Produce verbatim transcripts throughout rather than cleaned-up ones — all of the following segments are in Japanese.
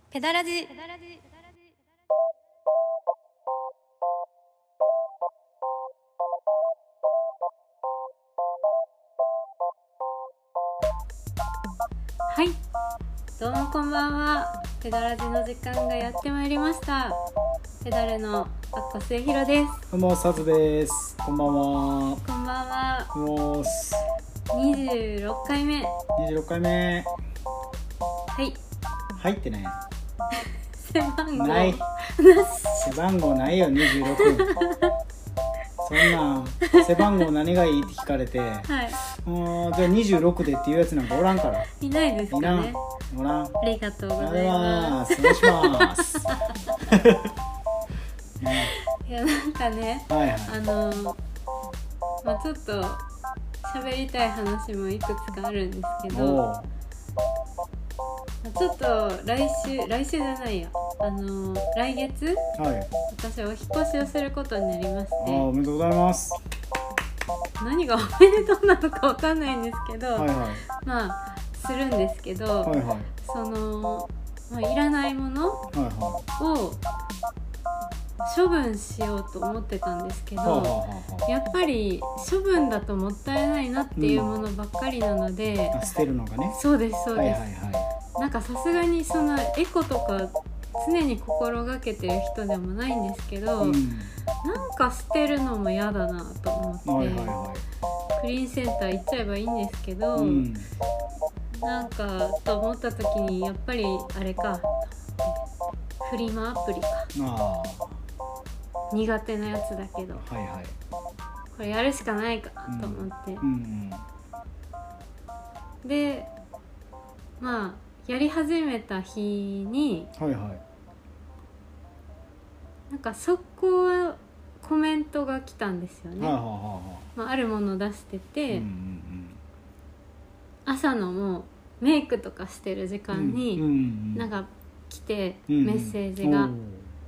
ペダラジ。はい、どうもこんばんは。ペダラジの時間がやってまいりました。ペダルのアッコ末広です。 どうもサズです。こんばんは。 こんばんは。 もうすにじゅうろっかいめ。 にじゅうろっかいめ。 はい入ってない。 背番号ない。背番号ないよ。にじゅうろく。そんなん背番号何がいいって聞かれて、 はい、 うんじゃあにじゅうろくでっていうやつなんかおらんから。 いないですかいらんね。 おらん。 ありがとうございありがとうございまます。お願いします。ね、 す。いやなんかね、 はいはい。 あのまあちょっと喋りたい話もいくつかあるんですけど、 おうちょっと来週来週じゃないよ、あの来月はい。 私お引っ越しをすることになりましあて、 おめでとうございます。 何がおめでとうなのかわかんないんですけど、 はいはいまあするんですけど、 はいはいその、まあ、いらないものはいはを処分しようと思ってたんですけど、 いはあはあはやっぱり処分だともったいないなっていうものばっかりなので、 ああ捨てるのがね。 そうですそうです、 はいはいはなんかさすがにそのエコとか常に心がけてる人でもないんですけど、 い。うん。 なんか捨てるのも嫌だなと思って、 はいはいはクリーンセンター行っちゃえばいいんですけど、 い。うん。 なんかと思った時にやっぱりあれかと思って、フリマアプリか、 あ苦手なやつだけどあはいはい。 これやるしかないかと思って、 うんでまあやり始めた日にうん。はいはい。 なんか速攻コメントが来たんですよね、 はあはあはあはまあ、あるものを出してあ。 て、 うんうん朝のもうメイクとかしてる時うん。 間にうんうんなんか来て、 うんメッセージが、 おう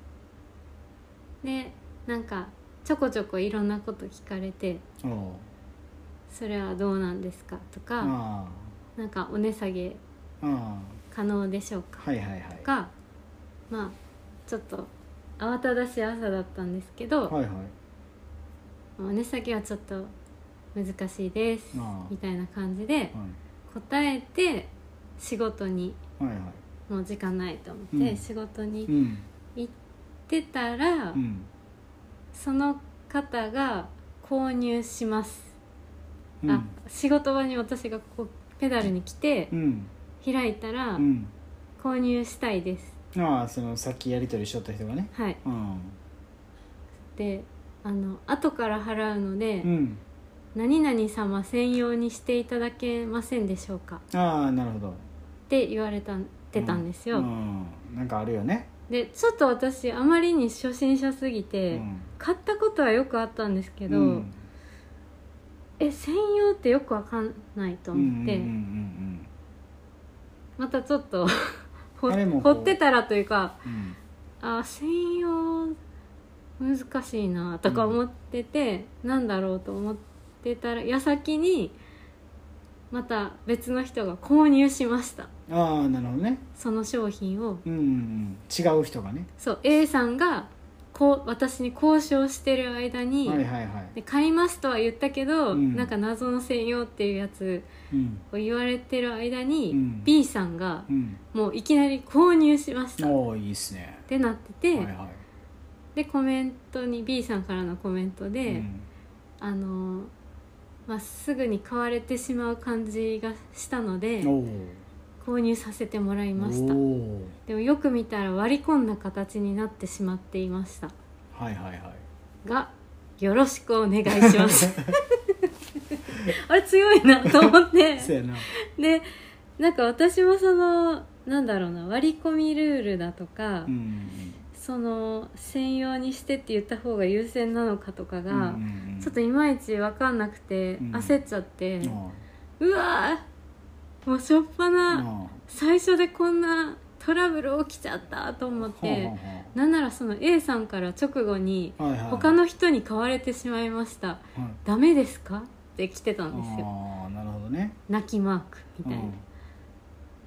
でなんかちょこちょこいろんなこと聞かれて、 おうそれはどうなんですかとか、 あなんかお値下げああ可能でしょうかあはいはいはい。 とか、まあちょっと慌ただしい朝だったんですけど、 はいはい。 お値下げはちょっと難しいですああみたいな感じではい答えて、仕事にはいはい。 もう時間ないと思って、 うん仕事にうん行ってたら、 うんその方が購入します、 うん。 あ仕事場に私がこうペダルに来てうん開いたら、 うん。 購入したいです、 ああそのさっきやり取りしとった人がね。 はいうんで、あの後から払うので、 うん。 何々様専用にしていただけませんでしょうかああなるほど。 って言われたてたんですよ、 うんうんなんかあるよね。 でちょっと私あまりに初心者すぎて、 うん買ったことはよくあったんですけど、 うんえ専用ってよくわかんないと思って、 うんうんうんまたちょっとほあれもこう掘ってたらというか、 うんあ専用難しいなとか思ってて、うん、なんだろうと思ってたら矢先にまた別の人が購入しました。 ああなるほどね。 その商品を、 うんうんうん違う人がね。 そう A さんがこう私に交渉してる間に、 はいはいはい。 で買いますとは言ったけど、 うんなんか謎の専用っていうやつうんを言われてる間に、 うん B さんがうんもういきなり購入しましたっおおいいっすね。 てなってて、 はいはい。 でコメントに B さんからのコメントで、 うんあのまあ、すぐに買われてしまう感じがしたのでおお購入させてもらいました。 おおでもよく見たら割り込んだ形になってしまっていましたはいはいはい。 が、よろしくお願いしますあれ強いなと思ってそうやな。 でなんか私もそのなんだろうな割り込みルールだとか、 うんその専用にしてって言った方が優先なのかとかが、 うんうんうんちょっといまいち分かんなくて、 うん焦っちゃって、 あうわーもうしょっぱあなあ最初でこんなトラブル起きちゃったと思っあて、 はなんならその A さんから直後にあはあはいはい他の人に買われてしまいました、 はいダメですかって来てたんですよ。 ああなるほどね。 泣きマークみたいな、 うん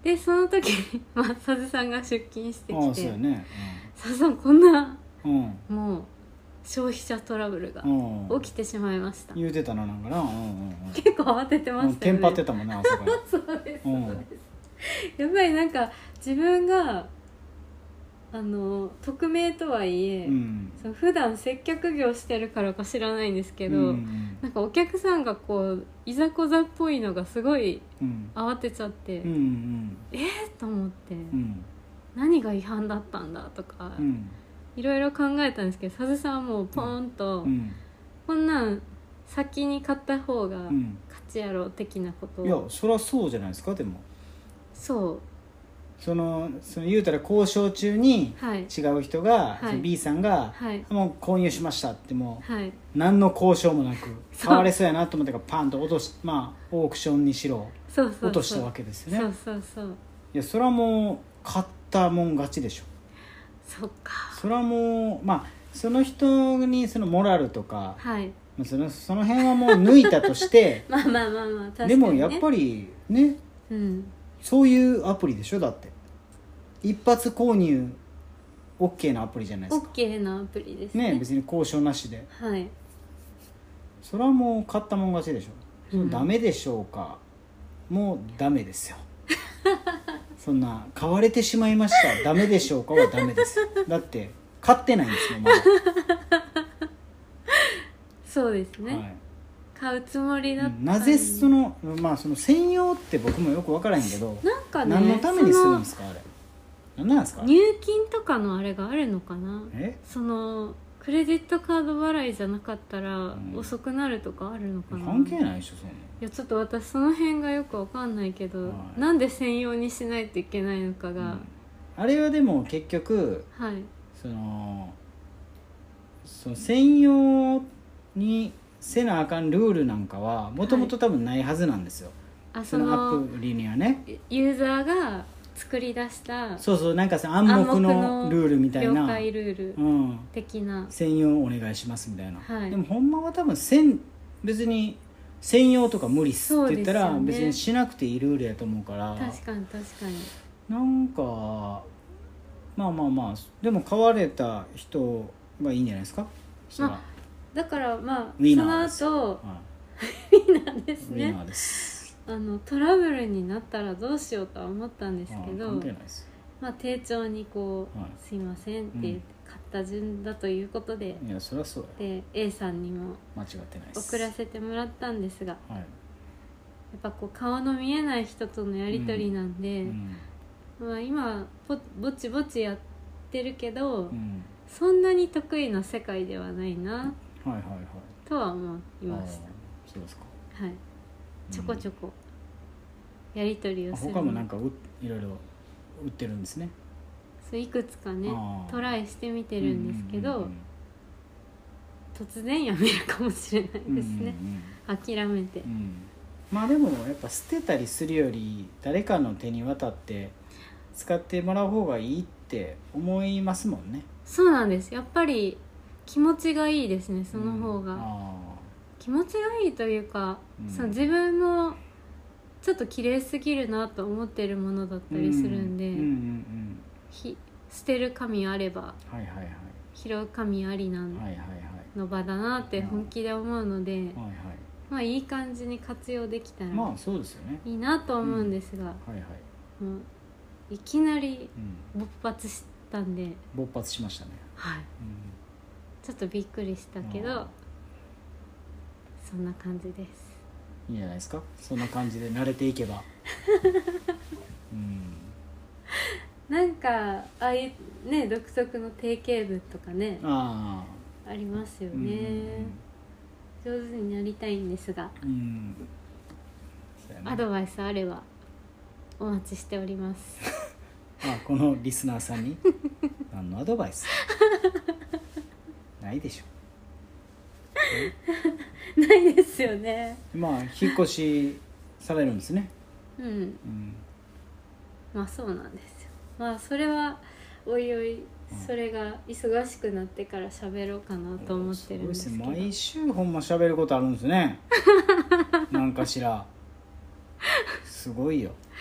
でその時に、まあ、佐々さんが出勤してああきて、 そうやね、 佐々さんこんなうんうん、 もう消費者トラブルがうん、 起きてしまいました。 言うてたななんかな、うんうんうん、 結構慌ててまうん、 したよね。 テンパってたもんね朝からそうですうんそうです、やっぱりなんか自分があの匿名とはいえ、 うん、 その普段接客業してるからか知らないんですけど、 うんうんなんかお客さんがこういざこざっぽいのがすごいうん慌てちゃって、 うんうんえー、と思って、 うん何が違反だったんだとか、 うんいろいろ考えたんですけど、佐々さんはもうポーンと、 うん、 こんなん先に買った方がうん勝ちやろう的なことを、 いやそりゃそうじゃないですか。でもそうそのその言うたら交渉中にはい違う人が、 はいその B さんが、 はいもう購入しましたってもうはい何の交渉もなくそう買われそうやなと思ったからパンと落とし、まあオークションにしろそうそうそう落としたわけですよね。 そうそうそういやそれはもう買ったもん勝ちでしょ。 そっかそれはもうまあその人にそのモラルとか、 はいまあそのその辺はもう抜いたとしてまあまあまあまあ確かに、ね、 でもやっぱりねうんそういうアプリでしょ。だって一発購入 OK なアプリじゃないですか OK なアプリですねね。別に交渉なしではいそれはもう買ったもん勝ちでしょ、 うんダメでしょうか。もうダメですよそんな買われてしまいましたダメでしょうかはダメですよ。だって買ってないんですよまだそうですね、 はい買うつもりだったのになぜそのまあその専用って僕もよく分からへんけど、 なんかね何のためにするんですかあれ。何なんですかその入金とかのあれがあるのかな。 えそのクレジットカード払いじゃなかったらん遅くなるとかあるのかな。 関係ないでしょそんな。 いやちょっと私その辺がよくわかんないけど、 はいなんで専用にしないといけないのかが、 うんあれはでも結局はいそのその専用にせなあかんルールなんかはもともと多分ないはずなんですよ、 あそそのアのプリにはね。 ユーザーが作り出したそうそうなんかさ暗黙のルールみたい了な、 解ルールうん、 的な、 専用お願いしますみたいな、 はいでもほんまは多分せん別に専用とか無理っすって言ったら、 そうですよね別にしなくていいルールやと思うから確かに確かになんかまあまあまあでも買われた人がいいんじゃないですか。そらまだからまあウィナーですその後はウィナーですい、ウィねナーですあのトラブルになったらどうしようとは思ったんですけはいど、 関係ないです。 まあ、丁重にこう、 はいすいませんって言って買った順だということで、 いやそりゃそうやで A さんにも間違ってないです。 送らせてもらったんですが、やはい、 っぱこう顔の見えない人とのやり取りなんで、 うんまあ、今ぼぼちぼちやってるけど、 うん、 そんなに得意な世界ではないなはいはいはい。 とは思いましあーそうですか。 た。はい、ちょこちょこやり取りをあする他もなんかういろいろ売ってるんですね。 そういくつかねあートライしてみてるんですけど、 うんうんうん突然やめるかもしれないですね、 うんうん諦めて、 うんうんまあでもやっぱ捨てたりするより誰かの手に渡って使ってもらう方がいいって思いますもんね。 そうなんです。やっぱり気持ちがいいですねその方が、 うんあ気持ちがいいというか、 うんその自分もちょっと綺麗すぎるなと思ってるものだったーりするんで、 うんうんうんひ捨てる神あればうん、はいはいはい拾う神ありなんはいはいはいの場だなって本気で思うので、 はいはいまあいい感じに活用できたらまあそうですよね。 いいなと思うんですが、 はいはい、 もういきなりうん、 勃発したんで、 勃発しましたね。 はい、 うんちょっとびっくりしたけうんどそんな感じです。 いいんじゃないですか。そんな感じで慣れていけばうんなんかああいうね独特の定型文とかねあありますよあね、上手になりたいんですが、 うん、うんそうやねアドバイスあればお待ちしておりますあこのリスナーさんに何のアドバイスないでしょ。 ないですよね。 まあ引っ越しされるんですね。 うんうんまあそうなんですよ。まあそれはおいおいそれが忙しくなってから喋ろうかなと思ってるんですけど、 すごいですね。毎週ほんま喋ることあるんですねなんかしらすごいよ。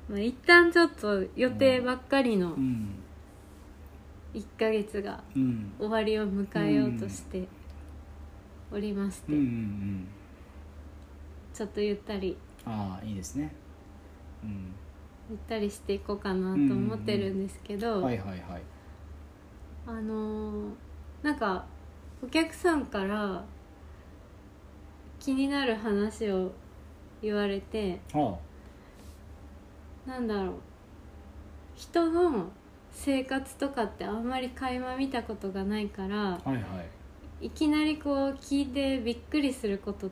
まあ、一旦ちょっと予定ばっかりのうんいっかげつがうん終わりを迎えようとしておりまして、 うんうんうんちょっとゆったりああいいですねうんゆったりしていこうかなと思ってるんですけど、 はいはいはいあのーなんかお客さんから気になる話を言われて、 あなんだろう、人の生活とかってあんまり垣間見たことがないから、 あはいはいいきなりこう聞いてびっくりすることって、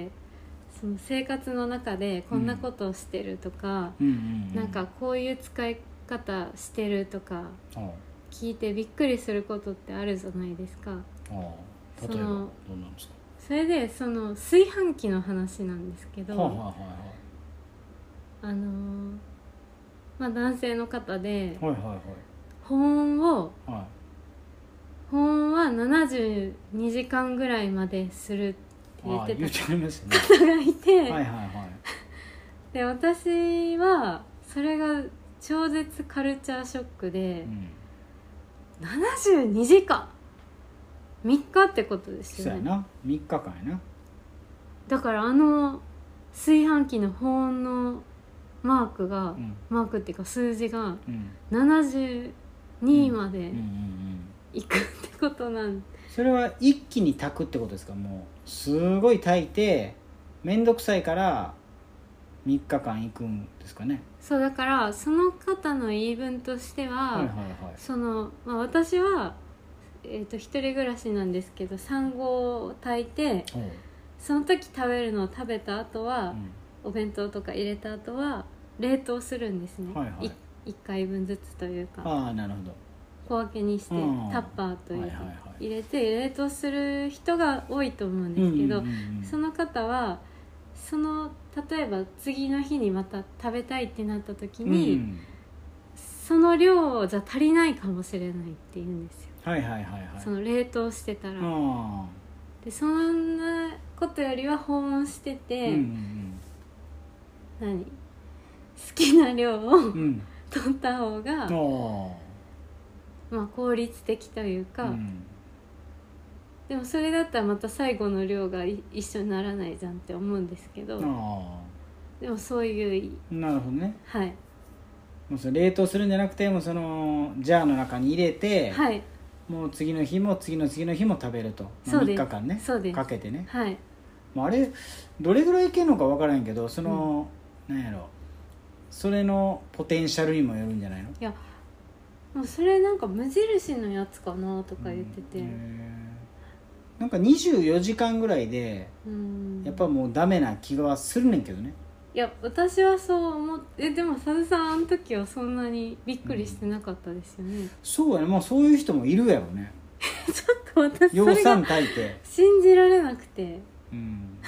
その生活の中でこんなことをしてるとか、 うんうんうんなんかこういう使い方してるとかああ聞いてびっくりすることってあるじゃないですか。 ああ例えばどそのうなんですかそれでその炊飯器の話なんですけど、 はあはあはあのーまあ男性の方でいはいはいはい保温をはいはい保温はななじゅうにじかんぐらいまでするって言ってああ言うてありましたねた方がいて、 はいはいはいで私はそれが超絶カルチャーショックで、 うんななじゅうにじかんみっかってことですよね。 そうやなみっかかんやなだからあの炊飯器の保温のマークが、 うんマークっていうか数字がうんななじゅうにまでうんうんうんいくってことなんそれは一気に炊くってことですかもうすごい炊いて面倒くさいからみっかかん行くんですかねそうだからその方の言い分としては、 はいはいはいその、まあ、私は、えー、と一人暮らしなんですけど産後を炊いてほうその時食べるのを食べた後は、 うんお弁当とか入れた後は冷凍するんですね、 はいはいいっかいぶんずつというかああなるほど小分けにしてうんタッパーというかはいはいはい入れて冷凍する人が多いと思うんですけど、 うんうんうんうんその方はその例えば次の日にまた食べたいってなった時に、 うんその量じゃ足りないかもしれないって言うんですよ、 はいはいはいはいその冷凍してたら、 あでそんなことよりは保温してあて、 うんうん何好きな量をうんうん取った方が、 あまあ、効率的というか、 あうんでもそれだったらまた最後の量がい一緒にならないじゃんって思うんですけど、 あでもそういうあなるほどねはいもうそれ冷凍するんじゃなくてもうそのジャーの中に入れて、 はいもう次の日も次の次の日も食べると、まあ、 そうですみっかかんねそうですかけてね、 はいまあ、あれどれぐらいいけるのか分からんけどその、なんやろそれのポテンシャルにもよるんじゃないのいやもうそれなんか無印のやつかなとか言ってて、 うんへーなんかにじゅうよじかんぐらいでうんやっぱもうダメな気がするねんけどねいや私はそう思ってえでも佐々さんあの時はそんなにびっくりしてなかったですよね、 そうやねまあそういう人もいるやろねちょっと私そ養蚕れが炊いて信じられなくてうん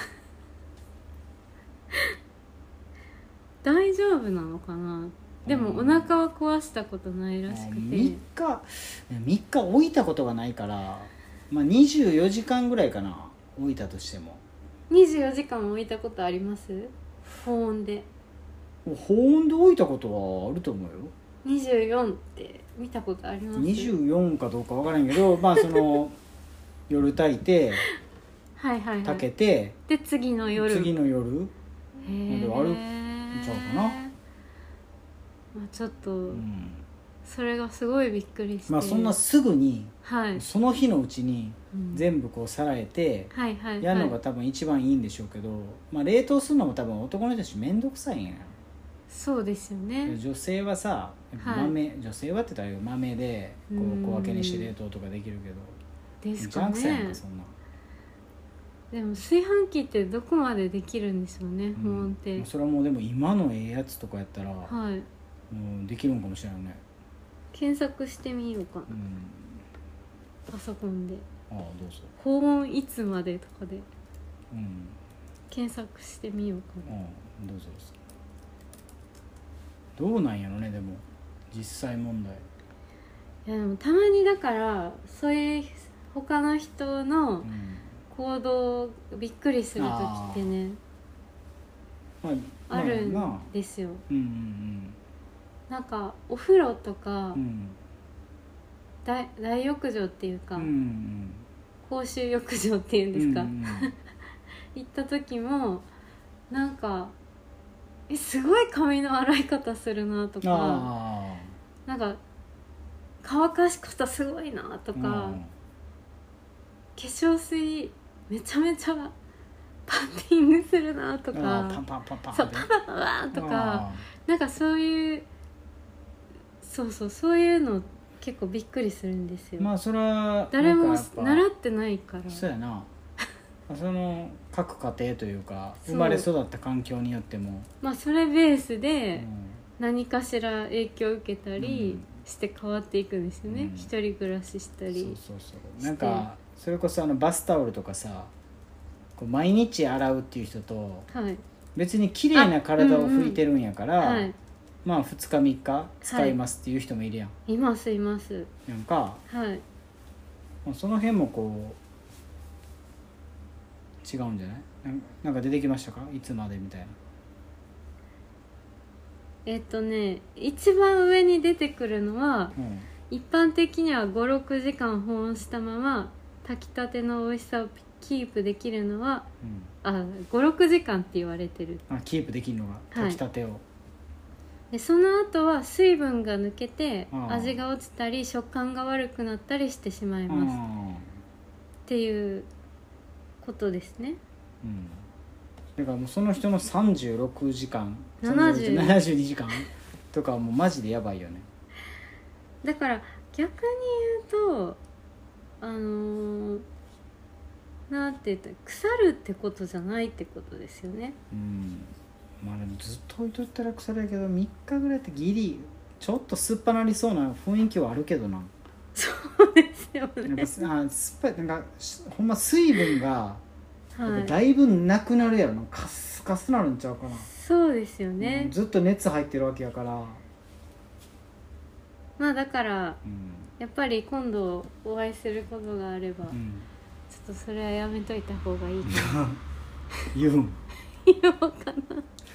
大丈夫なのかな。でもお腹は壊したことないらしくて、 みっかみっか置いたことがないからまあにじゅうよじかんぐらいかな置いたとしてもにじゅうよじかん置いたことあります？保温で保温で置いたことはあると思うよにじゅうよんって見たことあります？ にじゅうよんかどうかわからんけどまあその夜炊いてはいはいはい炊けてで次の夜次の夜へーであるんちゃうかなまあ、ちょっと、 うんそれがすごいびっくりしてまあそんなすぐにはい、 その日のうちにうん全部こうさらえてはいはいはいやるのが多分一番いいんでしょうけど、まあ、冷凍するのも多分男の人たち面倒くさいんやそうですよね女性はさはい豆、女性はって言ったら豆でこううん小分けにして冷凍とかできるけどですかジャンクさやんねかそんな、 でも炊飯器ってどこまでできるんでしょうね、 うん保温ってそれはもうでも今のええやつとかやったら、 はいもうできるんかもしれないね、 検索してみようかな、 うん、 パソコンでああどうぞ、 保温いつまでとかでうん、 検索してみようかああどうぞどうぞどうなんやろねでも実際問題、 ないやでもたまにだからそういう他の人のうん行動びっくりする時ってねまあ、 あるまあなんですよ、 うんうんなんかお風呂とか、 うん、 大, 大浴場っていうか、 うん、 公衆浴場っていうんですか、 うん、 行った時もなんかえすごい髪の洗い方するなとか、 あなんか乾かし方すごいなとか、 うん、 化粧水めちゃめちゃパッティングするなとか、 パンパンパンパンそうパパパパとか、なんかそういうそうそうそういうの結構びっくりするんですよ。 まあそれは誰もなんかやっぱ習ってないからそうやなその各家庭というかそう生まれ育った環境によっても、 まあそれベースうでん、 何かしら影響を受けたりうんして変わっていくんですよね、 うん一人暮らししたり。 そうそうそうなんかそれこそあのバスタオルとかさこう毎日洗うっていう人とはい別に綺麗な体を拭いてるんやから、 はい、 まあふつかみっか使いますっていう人もいるやん、 いますいますなんかはいまあその辺もこう違うんじゃないなんなんか出てきましたかいつまでみたいな。 えっとね一番上に出てくるのはうん一般的にはごろくじかん保温したまま炊きたての美味しさをキープできるのはうんあごろくじかんって言われてる。 あキープできるのが炊きたてを、 でその後は水分が抜けてあー味が落ちたり食感が悪くなったりしてしまいますあっていうことですね。 ーうんだからもうその人のさんじゅうろくじかんななじゅうななじゅうにじかんとかはもうマジでやばいよね。 だから逆に言うとあのー、なんて言ったら腐るってことじゃないってことですよね。 うんまあでもずっと置いとったら腐るやけどみっかぐらいってギリちょっと酸っぱなりそうな雰囲気はあるけどな。 そうですよやっぱね。 あ酸っぱいなんかほんま水分がはい、 だいぶなくなるやろな、カスカスなるんちゃうかな、 そうですよね、 うんずっと熱入ってるわけやから、 まあだからうんやっぱり今度お会いすることがあれば、 うん、 ちょっとそれはやめといた方がいいかな言うん言おうかな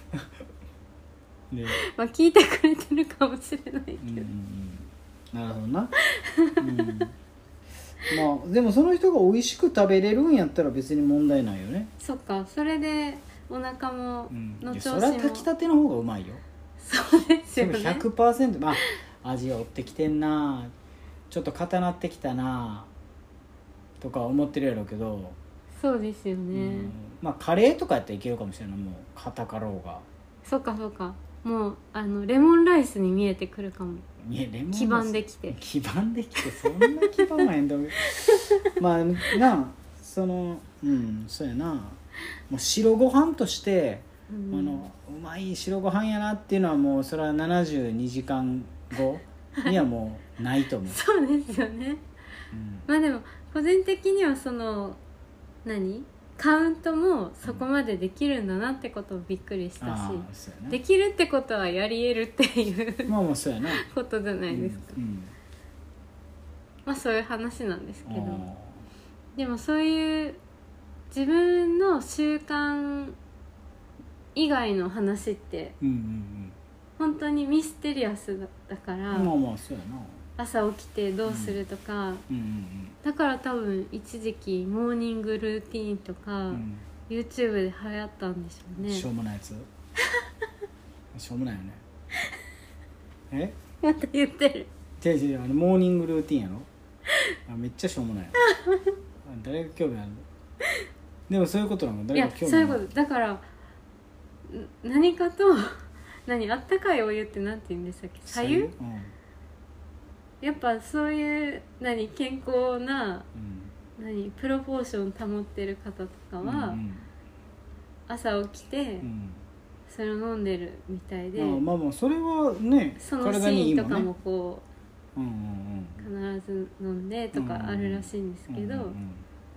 で、 まあ聞いてくれてるかもしれないけど、 うんうんうん、なるほどな、うんまあでもその人が美味しく食べれるんやったら別に問題ないよね、 そっかそれでお腹もうん、 のいや調子も、 そりゃ炊きたての方がうまいよ。 そうですよね。 でも ひゃくパーセント まあ味が追ってきてんなちょっと固なってきたなとか思ってるやろうけど、 そうですようね、 ん、まあカレーとかやったらいけるかもしれない、もう硬かろうが。 そっかそっかもうあのレモンライスに見えてくるかも。 いやレモン黄ばんできて黄ばんできてそんな黄ばまへんとまあなあそのうんそうやな、もう白ご飯として、 うん、 あのうまい白ご飯やなっていうのはもうそれはななじゅうにじかんごにはもうないと思う、 そうですよね。 うんまあでも個人的にはその何カウントもそこまでできるんだなってことをびっくりしたし、 ああそうやなできるってことはやり得るっていうまあまあそうやなことじゃないですか、 うんうんまあそういう話なんですけど、 あでもそういう自分の習慣以外の話ってーうんうん本当にミステリアスだだから、 うんまあまあそうやな朝起きてどうするとか、 うんうんだから多分一時期モーニングルーティーンとか、 うん YouTube で流行ったんでしょうね。 しょうもないやつしょうもないよねえまた言ってる。 違う違うあのモーニングルーティンやろあめっちゃしょうもないあ誰が興味あるのでもそういうことなのい誰がやそういう興味あるのことだからん何かと何あったかいお湯ってなんて言うんでしたっけ、左右、 うんやっぱそういう何健康なうん何プロポーション保ってる方とかは、 うん朝起きて、 うんそれを飲んでるみたいで、 うんまあまあそれはねそのシ体にいいもんねーンとかもこうんうんう必ず飲んでとかあるらしいんですけど、 うんうんうん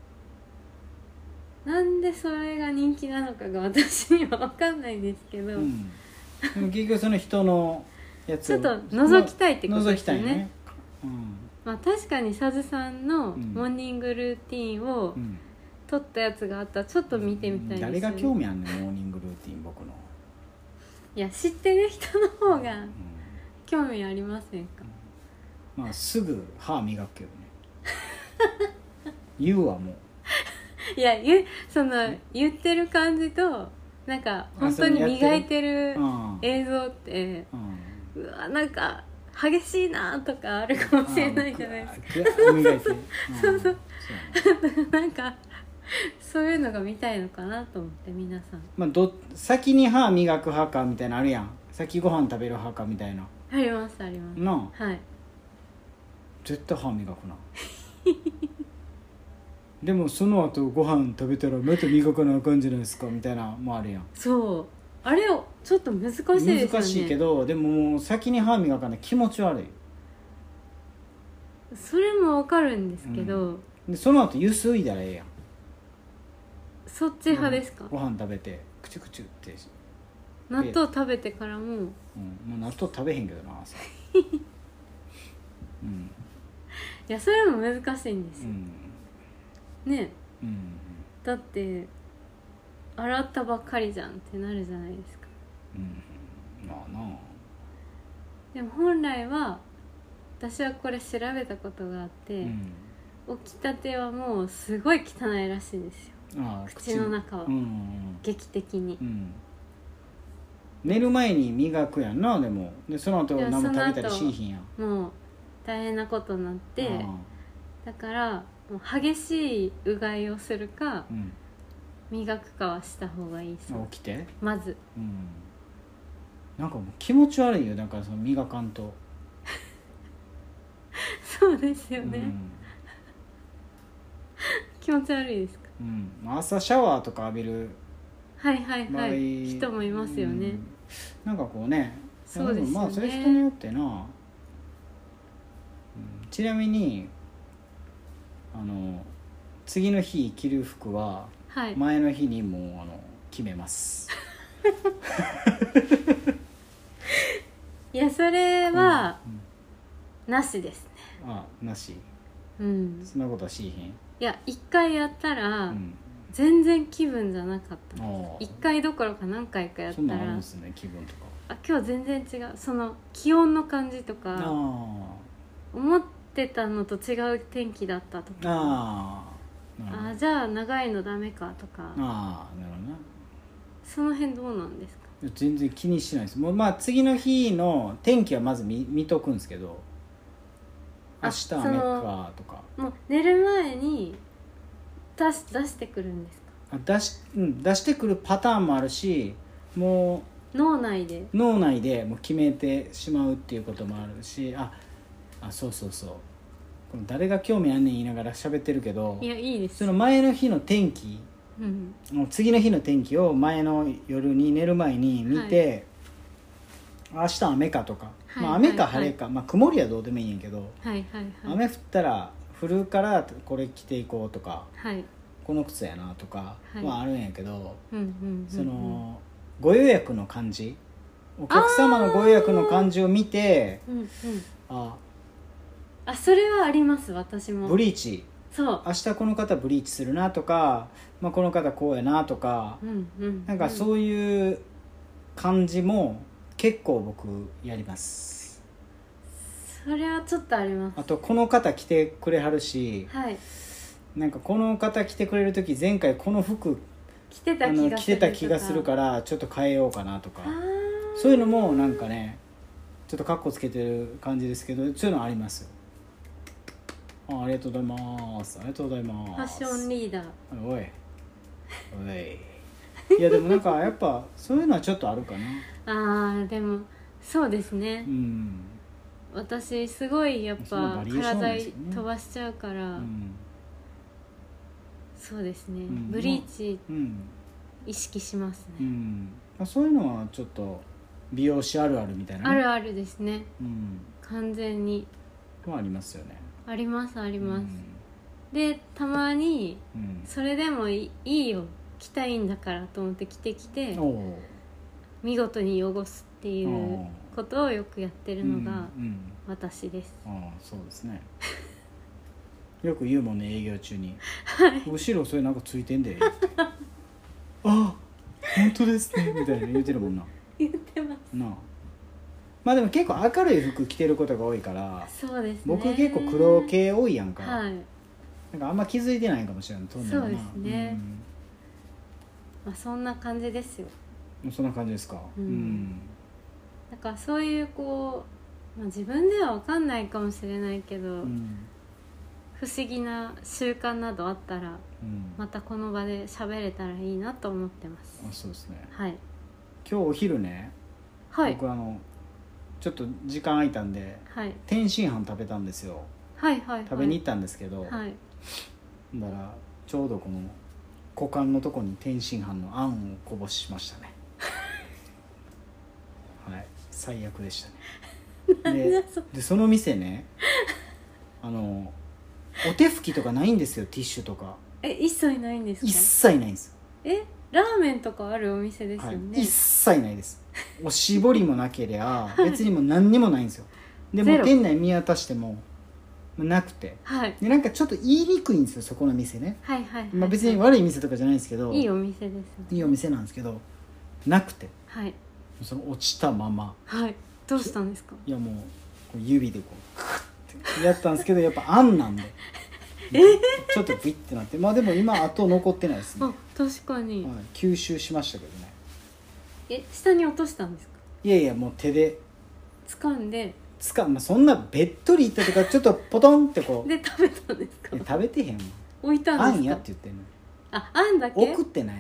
なんでそれが人気なのかが私には分かんないんですけど、 うんでも結局その人のやつをちょっと覗きたいってこと覗ですよね。 きたいねうんまあ、確かにさずさんのうんモーニングルーティンをうん撮ったやつがあったらちょっと見てみたいですよね。 誰が興味あんねんモーニングルーティン僕の、 いや知ってる人の方がうん興味ありませんか？ まあすぐ歯磨くけどね言うわもういや言その言ってる感じとなんか本当に磨いてる映像ってうわなんか激しいなとかあるかもしれないじゃないですか。 磨いてそうそうなんかそういうのが見たいのかなと思って皆さん、 まあ、ど先に歯磨く派かみたいなのあるやん。先ご飯食べる派かみたいな。 ありますありますなあ、 はい、 絶対歯磨くなでもその後ご飯食べたらまた磨かなあかんじゃないですかみたいなもあるやん。 そうあれをちょっと難しいですよね。 難しいけどでももう先に歯磨かない気持ち悪い。 それもわかるんですけど、うん、 でその後ゆすいだらええやん。 そっち派ですか？ ご飯食べてクチュクチュって納豆食べてからも、うん、もう納豆食べへんけどな朝、うん、 いやそれも難しいんですよ、うん、ね、 うん、 だって洗ったばっかりじゃんってなるじゃないですか、 うん、まあな。 でも本来は私はこれ調べたことがあって、うん、起きたてはもうすごい汚いらしいですよ。ああ口の中は、うんうん、劇的に、うん、 寝る前に磨くやんな。でもでその後何も食べたりしいひんやん。 もう大変なことになってだからもう激しいうがいをするか、うん、磨くかはした方がいいそう。 起きてまず、 うん、なんかもう気持ち悪いよ。なんかその磨かんとそうですよね、うん、気持ち悪いですか？ うん、朝シャワーとか浴びるはいはいはい人もいますよね、うん、 なんかこうね。 そうですよね。 まあそれ人によってな、うん、ちなみにあの次の日着る服は前の日にもうあの決めます、 はい、いやそれは、うんうん、なしですね。 あなし、 うん、 そんなことはしいひん。 いや一回やったら、うん、全然気分じゃなかったんです。一回どころか何回かやったらそんなあるんですね。気分とかあ今日全然違う。その気温の感じとか思ってたのと違う天気だったとかああじゃあ長いのダメかとかあなるほどな。 その辺どうなんですか？ 全然気にしないです。もうまあ次の日の天気はまず 見, 見とくんですけど明日雨かとかもう寝る前に出 し, 出してくるんですか？ あ 出, し、うん、出してくるパターンもあるしもう脳内で脳内でもう決めてしまうっていうこともあるし あ, あそうそうそうこの誰が興味あんねん言いながら喋ってるけどいやいいです。 その前の日の天気、うん、次の日の天気を前の夜に寝る前に見て、はい、明日雨かとか、はいまあ、雨か晴れか、はいまあ、曇りはどうでもいいんやけど、 はいはいはい、 雨降ったら降るからこれ着ていこうとか、 はい、 この靴やなとか、はいまあ、あるんやけど、 うんうんうんうん、 そのご予約の感じお客様のご予約の感じを見て、 うんうん、 ああそれはあります。私もブリーチそう明日この方ブリーチするなとか、まあ、この方こうやなとか、 うんうんうん、 なんかそういう感じも結構僕やります。 それはちょっとあります。 あとこの方来てくれはるし、 はい、 なんかこの方来てくれる時前回この服着てた気がする着てた気がするからちょっと変えようかなとかそういうのもなんかねちょっとカッコつけてる感じですけどそういうのありますよ。 あ, ありがとうございますありがとうございますファッションリーダーおいおいいやでもなんかやっぱそういうのはちょっとあるかな。 あーでもそうですね、 うん、 私すごいやっぱ体飛ばしちゃうから、うん、そうですね、うん、ブリーチ意識しますね、 うんうん、そういうのはちょっと美容師あるあるみたいな、ね、 あるあるですね、 うん、 完全にはありますよね。 ありますあります、うん、でたまに、うん、それでもいいよ着たいんだからと思って着てきて見事に汚すっていうことをよくやってるのが私です。 ああそうですねよく言うもんね営業中に、 はい、 後ろそれなんかついてんでってああ本当ですねみたいな言ってるもんな言ってますなあ。 まあでも結構明るい服着てることが多いからそうですね、 僕結構黒系多いやんか、 はい、 なんかあんま気づいてないかもしれないとんでもなそうですね、まあ、そんな感じですよ。 うん、そんな感じですか。 うんうんだからそういうこう、まあ、自分では分かんないかもしれないけど、 うん、 不思議な習慣などあったらうんまたこの場で喋れたらいいなと思ってます。 あそうですね。 はい今日お昼ね、 はい僕あのちょっと時間空いたんではい天津飯食べたんですよ。 はいはいはい食べに行ったんですけど、 はいだからちょうどこの股間のとこに天津飯のあんをこぼしましたねはい最悪でしたね。ででその店ねあのお手拭きとかないんですよ。ティッシュとかえ一切ないんですか？ 一切ないんですよ。 えラーメンとかあるお店ですよはい、 ね、 一切ないです。おしぼりもなけりゃ別にもう何にもないんですよ。でゼロも店内見渡してもなくて、 はいでなんかちょっと言いにくいんですよそこの店ね、 はいはいはい、 まあ、別に悪い店とかじゃないんですけどいいお店ですよね。 いいお店なんですけどなくてはいその落ちたままはいどうしたんですか？ いやもうこう指でこうクッてやったんですけどやっぱあんなんでちょっとビッてなってまあでも今あと残ってないですね、はあ確かに、 い、吸収しましたけどね。 え下に落としたんですか？ いやいやもう手で掴んでつか、まあ、そんなべっとりいったとかちょっとポトンってこうで食べたんですか？ いや食べてへんわ置いたんですか？ あんやって言ってんの。 ああんだけ送ってない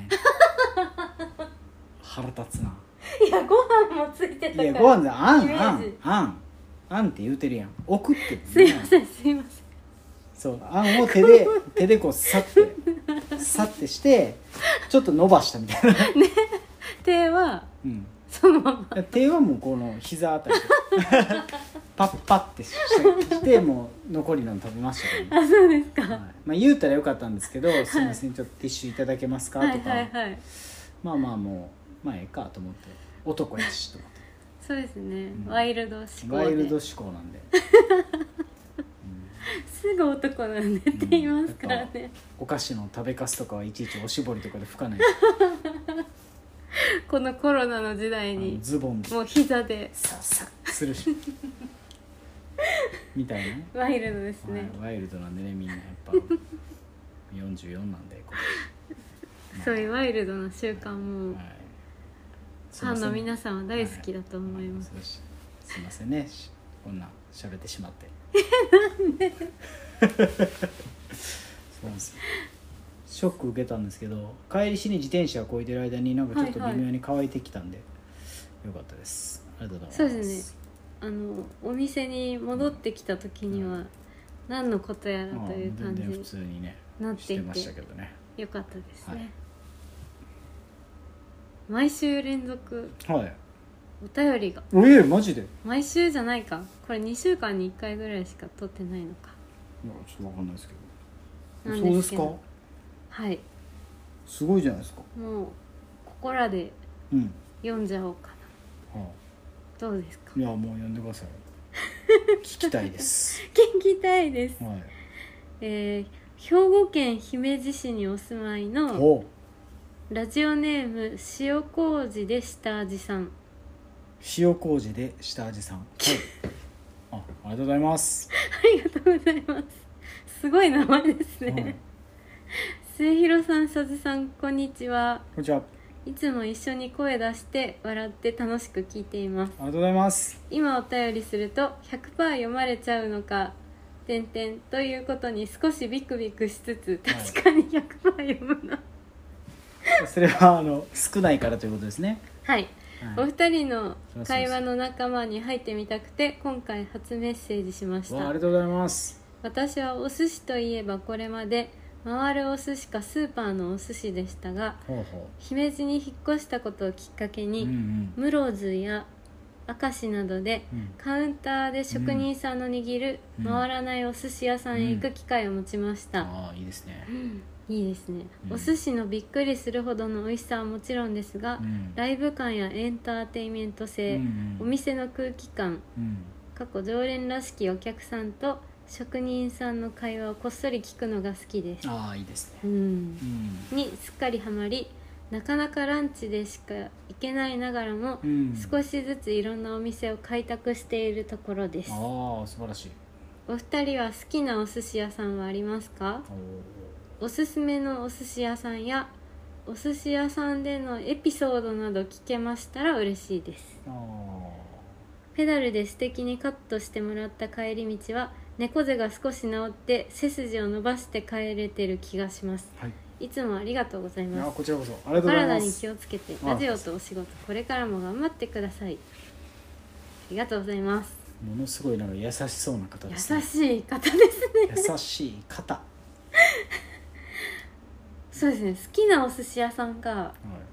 腹立つな。 いやご飯もついてたからいやご飯であんイメあんージあんあんって言うてるやん。送ってるすいませんすいませんそうあんを手で手でこうさってさってしてちょっと伸ばしたみたいな、 手はうん、 そのまま手はもうこの膝あたりでパッパッてししてもう残りの食べましたけど、ねあそうですか、 はいまあ、言うたらよかったんですけど「すいませんちょっとティッシュいただけますか?」 はいとか、 はいはいまあまあもうまあええかと思って男やしと思ってそうですね、 うんワイルド思考でワイルド思考なんで、 すぐ男なんでって言いますからね、 うんやっぱお菓子の食べかすとかはいちいちおしぼりとかで拭かないこのコロナの時代あのにズボンでもう膝でサッサッするしみたいなね、 ワイルドですね、 はい、ワイルドなんでねみんなやっぱよんじゅうよんなんでこれ、 そういうワイルドな習慣もはい、 ファンの皆さんは大好きだと思います、 はい、すすいませんねしこんな喋ってしまってそうなんですよ。ショック受けたんですけど帰りしに自転車をこいでる間になんかちょっと微妙に乾いてきたんで、よかったです。ありがとうございます。 そうですねあのお店に戻ってきた時には何のことやらという感じ全然普通にねになっしてていましてたけどね。 よかったですね、 はい毎週連続はいお便りがおえマジでいや毎週じゃないかこれにしゅうかんにいっかいぐらいしか撮ってないのかちょっとわかんないですけどなんそうですかですけどはいすごいじゃないですか。 もうここらでうん読んじゃおうかなはどうですかあ、いやもう読んでください聞きたいです聞きたいです、 はいえー兵庫県姫路市にお住まいのおラジオネーム塩麹で下味さん塩麹で下味さん、はい、あありがとうございます、 ありがとうございますすごい名前ですね、 はい、 末広さん、さずさん、こんにちは。 こんにちは。あいつも一緒に声出して笑って楽しく聞いています。 りがとうございます。 今お便りすると ひゃくパーセント 読まれちゃうのか点々ということに少しビクビクしつつ、確かに ひゃくパーセント 読むなそれはあの少ないからということですね。 はい、 はい、 お二人の会話の仲間に入ってみたくて今回初メッセージしましわあ、あた。 りがとうございます。 私はお寿司といえばこれまで回るお寿司かスーパーのお寿司でしたが、 ほうほ姫路に引っ越したことをきっかけう。 に、 うんうん室津や明石などでうんカウンターで職人さんの握るうん回らないお寿司屋さんへ行く機会を持ちました、 ああいいですね。 うんいいですね、 うんお寿司のびっくりするほどの美味しさはもちろんですが、 うんライブ感やエンターテインメント性、 うんうんお店の空気感、 うん過去常連らしきお客さんと職人さんの会話をこっそり聞くのが好きです、 ああいいですね。 うんうんにすっかりハマり、 なかなかランチでしか行けないながらも、 うん、 少しずついろんなお店を開拓しているところです。 ああ素晴らしい。 お二人は好きなお寿司屋さんはありますか？おすすめのお寿司屋さんやお寿司屋さんでのエピソードなど聞けましたら嬉しいです。 あペダルで素敵にカットしてもらった帰り道は猫背が少し治って背筋を伸ばして帰れてる気がします。 はい、 いつもありがとうございいます。 やこちらこそありがとうござい体にます。 気をつけてあラジオとお仕事これからも頑張ってください。ありがとうございます。 ものすごいなんか優しそうな方優ですね。 しい方ですね。 優しい方。 そうですね、好きなお寿司屋さんが、 はい、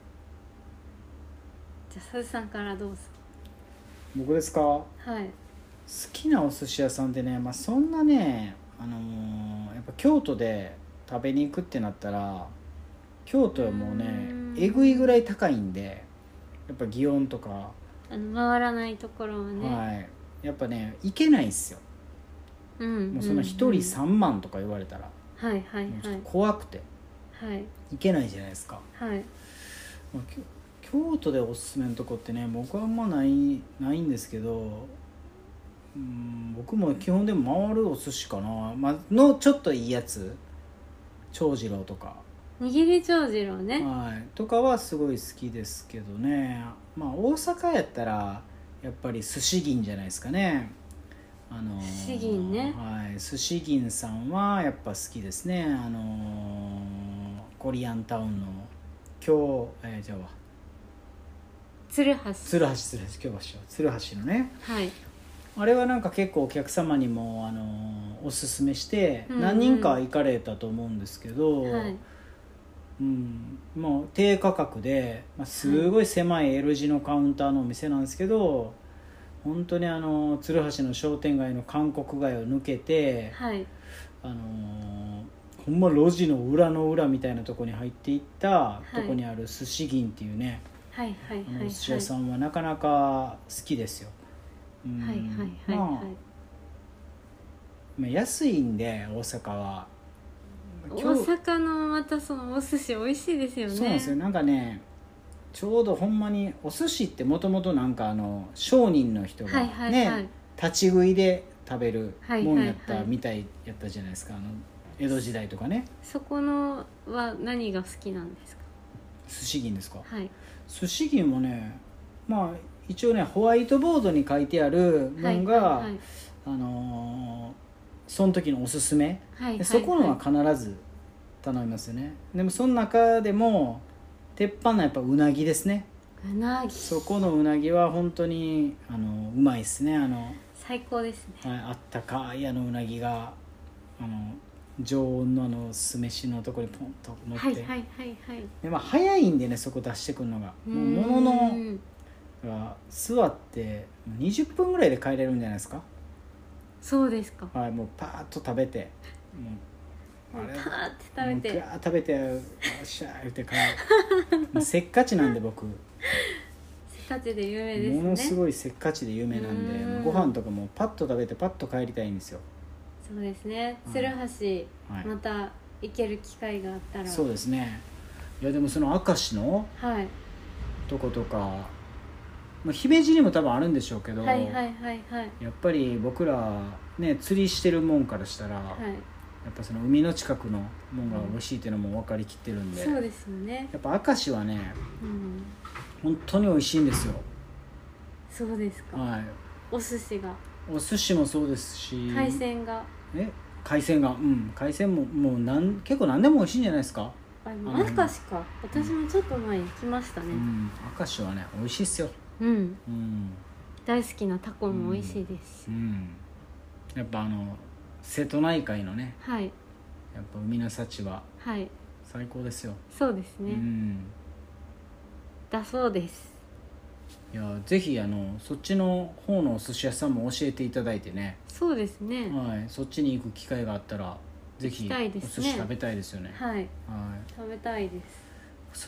じゃあ佐々さんからどうぞ。 僕ですか。好はいきなお寿司屋さんってね、まあ、そんなね、あのーやっぱ京都で食べに行くってなったら京都はもうねうーんえぐいぐらい高いんで、やっぱ祇園とか、 あの回らないところはね、 はい、やっぱね行けないんですよ。 うん、 もうその一人さんまんとか言われたら、 はいはいもうちょっとはい怖くてはい行けないじゃないですか。 はいまあきょ京都でおすすめのとこってね僕はあんまないないんですけど、うん僕も基本でも回るお寿司かな、まあのちょっといいやつ長次郎とか、 握り長次郎ね、 はい、とかはすごい好きですけどね。まあ大阪やったらやっぱり寿司銀じゃないですかね。あのー寿司銀ね、 はい、寿司銀さんはやっぱ好きですね。あのーコリアンタウンの今日、えー、じゃあ鶴橋鶴橋鶴橋京橋鶴橋のね、 はいあれはなんか結構お客様にも、あのーおすすめしてうんうん何人か行かれたと思うんですけど、 はいうん、もう低価格で、まあ、すごい狭い L 字のカウンターのお店なんですけど、本当にあの鶴橋の商店街の韓国街を抜けて、 はいあのーほんま路地の裏の裏みたいなとこに入っていったとこにある寿司銀っていうね、 はいはいはいあはいのお寿司屋さんはなかなか好きですよ。うんはいはいはいまあはいまあ安いんで大阪は大今日阪のまたそのお寿司美味しいですよね。 そうなんですよ。なんかねちょうどほんまにお寿司ってもともとなんかあの商人の人がはいはいはいね立ち食いで食べるもんやっはいはいはいたみたいやったじゃないですか。あの江戸時代とかね。 そこのは何が好きなんですか？ 寿司銀ですか。 はい寿司銀もねまあ一応ねホワイトボードに書いてあるもんが、 はいはいあのーその時のおすすめ、 はいはいでそこのは必ず頼みますよね。でもその中でも鉄板のやっぱうなぎですね。 うなぎそこのうなぎは本当にあのうまいですね。あの、 最高ですね。 はい、あったかいあのうなぎがあの常温のあの酢飯のところにポンと乗って、 はいはいはいはいでまあ、早いんでねそこ出してくるのがもうもののが座ってにじゅっぷんぐらいで帰れるんじゃないですか。 そうですか。 はい、もうパーッと食べてもうパーって食べてもうガーッ食べてよっしゃー言って帰るもうせっかちなんで僕せっかちで有名ですね。 ものすごいせっかちで有名なんでうんもうご飯とかもパッと食べてパッと帰りたいんですよ。 そうですね。 うん鶴橋、 はいまた行ける機会があったら。 そうですね。いやでもその明石のはいとことか、まあ、姫路にも多分あるんでしょうけど、 はいはいはいはいやっぱり僕らね釣りしてるもんからしたら、 はいやっぱその海の近くのもんが美味しいっていうのも分かりきってるんで、 そうですよね。 やっぱ明石はねうん本当に美味しいんですよ。 そうですか。 はい、 お寿司がお寿司もそうですし海鮮がえ海鮮がうん海鮮ももうなん結構何でも美味しいんじゃないですか。 あでもあの明石か。私もちょっと前に来ましたね。 うん明石はね美味しいっすよ。 うん、 うん大好きなタコも美味しいですし、 うん、やっぱあの瀬戸内海のねはいやっぱ海の幸ははい最高ですよ。 そうですね、 うんだそうです。 いやぜひあのそっちの方のお寿司屋さんも教えていただいてね、 そうですね、 はい、そっちに行く機会があったらぜひ行きたいおですね寿司食べたいですよね。 はいはい、 食べたいです。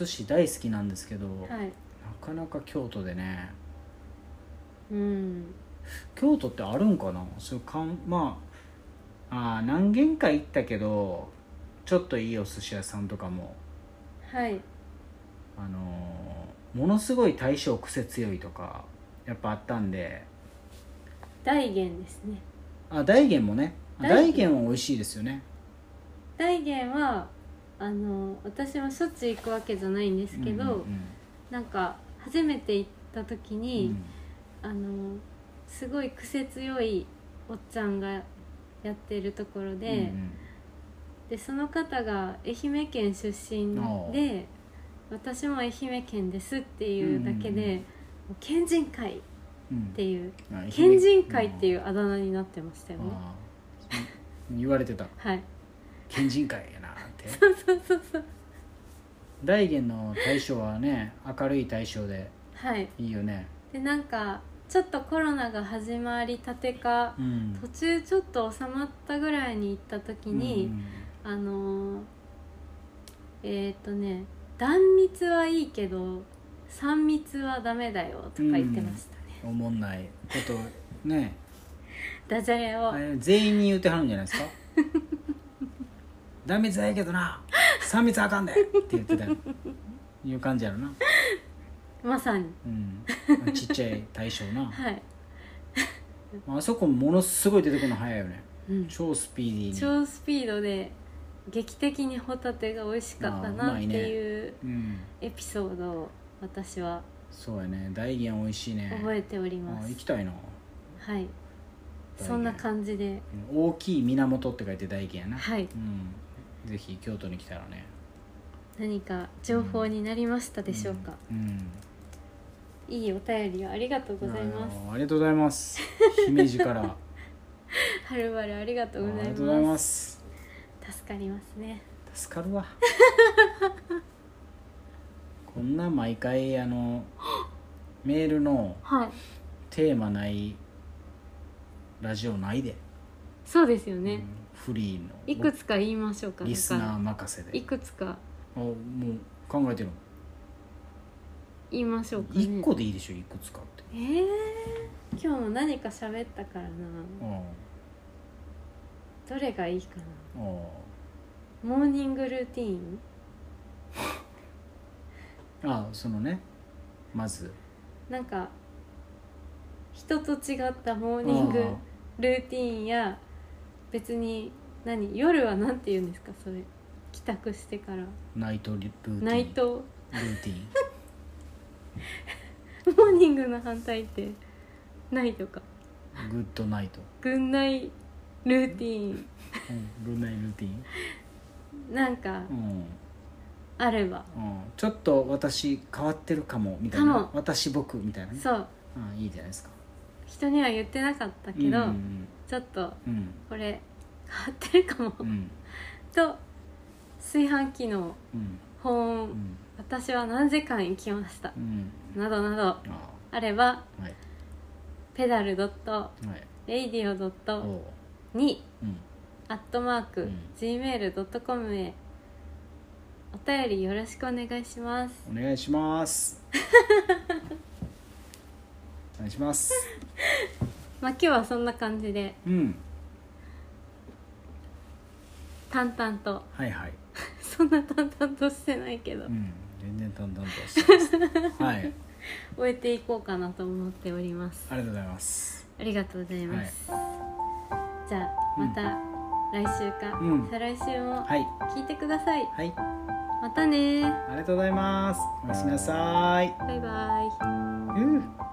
寿司大好きなんですけど、 はいなかなか京都でねうん京都ってあるんかな。そうかんまああ何軒か行ったけどちょっといいお寿司屋さんとかもはいあのーものすごい対象癖強いとかやっぱあったんで。 大元ですね。 あ、大元もね、大元は美味しいですよね。 大元はあの私もしょっちゅう行くわけじゃないんですけど、 うんうんうん、 なんか初めて行った時に、うん、あのすごい癖強いおっちゃんがやってるところで、うんうん、でその方が愛媛県出身で、私も愛媛県ですっていうだけで、うんうんうん、県人会っていう、うん、県人会っていうあだ名になってましたよね。 言われてた。 はい。 県人会やなって。 そうそうそうそう。 大元の大将はね、明るい大将でいいよね。はい、 でなんかちょっとコロナが始まりたてか、うん、途中ちょっと収まったぐらいに行った時に、うん、あのえっとね断蜜はいいけど三密はダメだよとか言ってましたね。 おもんないことね。 ダジャレを全員に言うてはるんじゃないですか。断蜜はいいけどな三密あかんでって言ってたいう感じやろな。 まさに、 うん、ちっちゃい大将な。 はい。 あそこものすごい出てくるの早いよね、うん、超スピーディーに超スピードで劇的にホタテが美味しかったなっていうエピソードを私はそうやね。大元美味しいね。 覚えております。 あ、行きたいな。 はい、そんな感じで大きい源って書いて大元やな。 はい、 うん、ぜひ京都に来たらね。 何か情報になりましたでしょうか。 うん、うんうん、いいお便りをありがとうございます。 あ, ありがとうございます。姫路からはるばるありがとうございます。 ありがとうございます。 助かりますね。 助かるわ。こんな毎回あのメールのテーマないラジオないで。 そうですよね、うん、 フリーのいくつか言いましょうか。 リスナー任せでいくつかあもう考えてるの言いましょうかね。 いっこでいいでしょ、いくつかって。 えー、今日も何か喋ったからな。どれがいいかな。モーニングルーティーンああ、そのね、まずなんか人と違ったモーニングルーティーンや、別に何夜はなんて言うんですかそれ、帰宅してからナイトルーティン。 ナイトルーティンモーニングの反対ってナイトか。 グッドナイト。 グッナイルーティーン、うん、 グッナイルーティンなんか、うん、あれば、 うん、ちょっと私変わってるかもみたいな、私僕みたいなね。 そう、 うん、いいじゃないですか。 人には言ってなかったけど、うん、ちょっと、うん、これ変わってるかも、うん、と炊飯器の保温、うん、私は何時間行きました、うん、などなど あ, あれば、はい、ペダルドットレイディオドットにアットマーク ジーメールドットコム へお便りよろしくお願いします。 お願いしますお願いしますまあ今日はそんな感じで、うん、淡々と、 はいはいそんな淡々としてないけど、うん、 全然淡々としてますはい終えていこうかなと思っております。 ありがとうございます。 ありがとうございます、はい、じゃあまた来週か、うん、再来週も聞いてください。 はい、 またね。 ありがとうございます。おやすみなさい。 バイバイ。 うん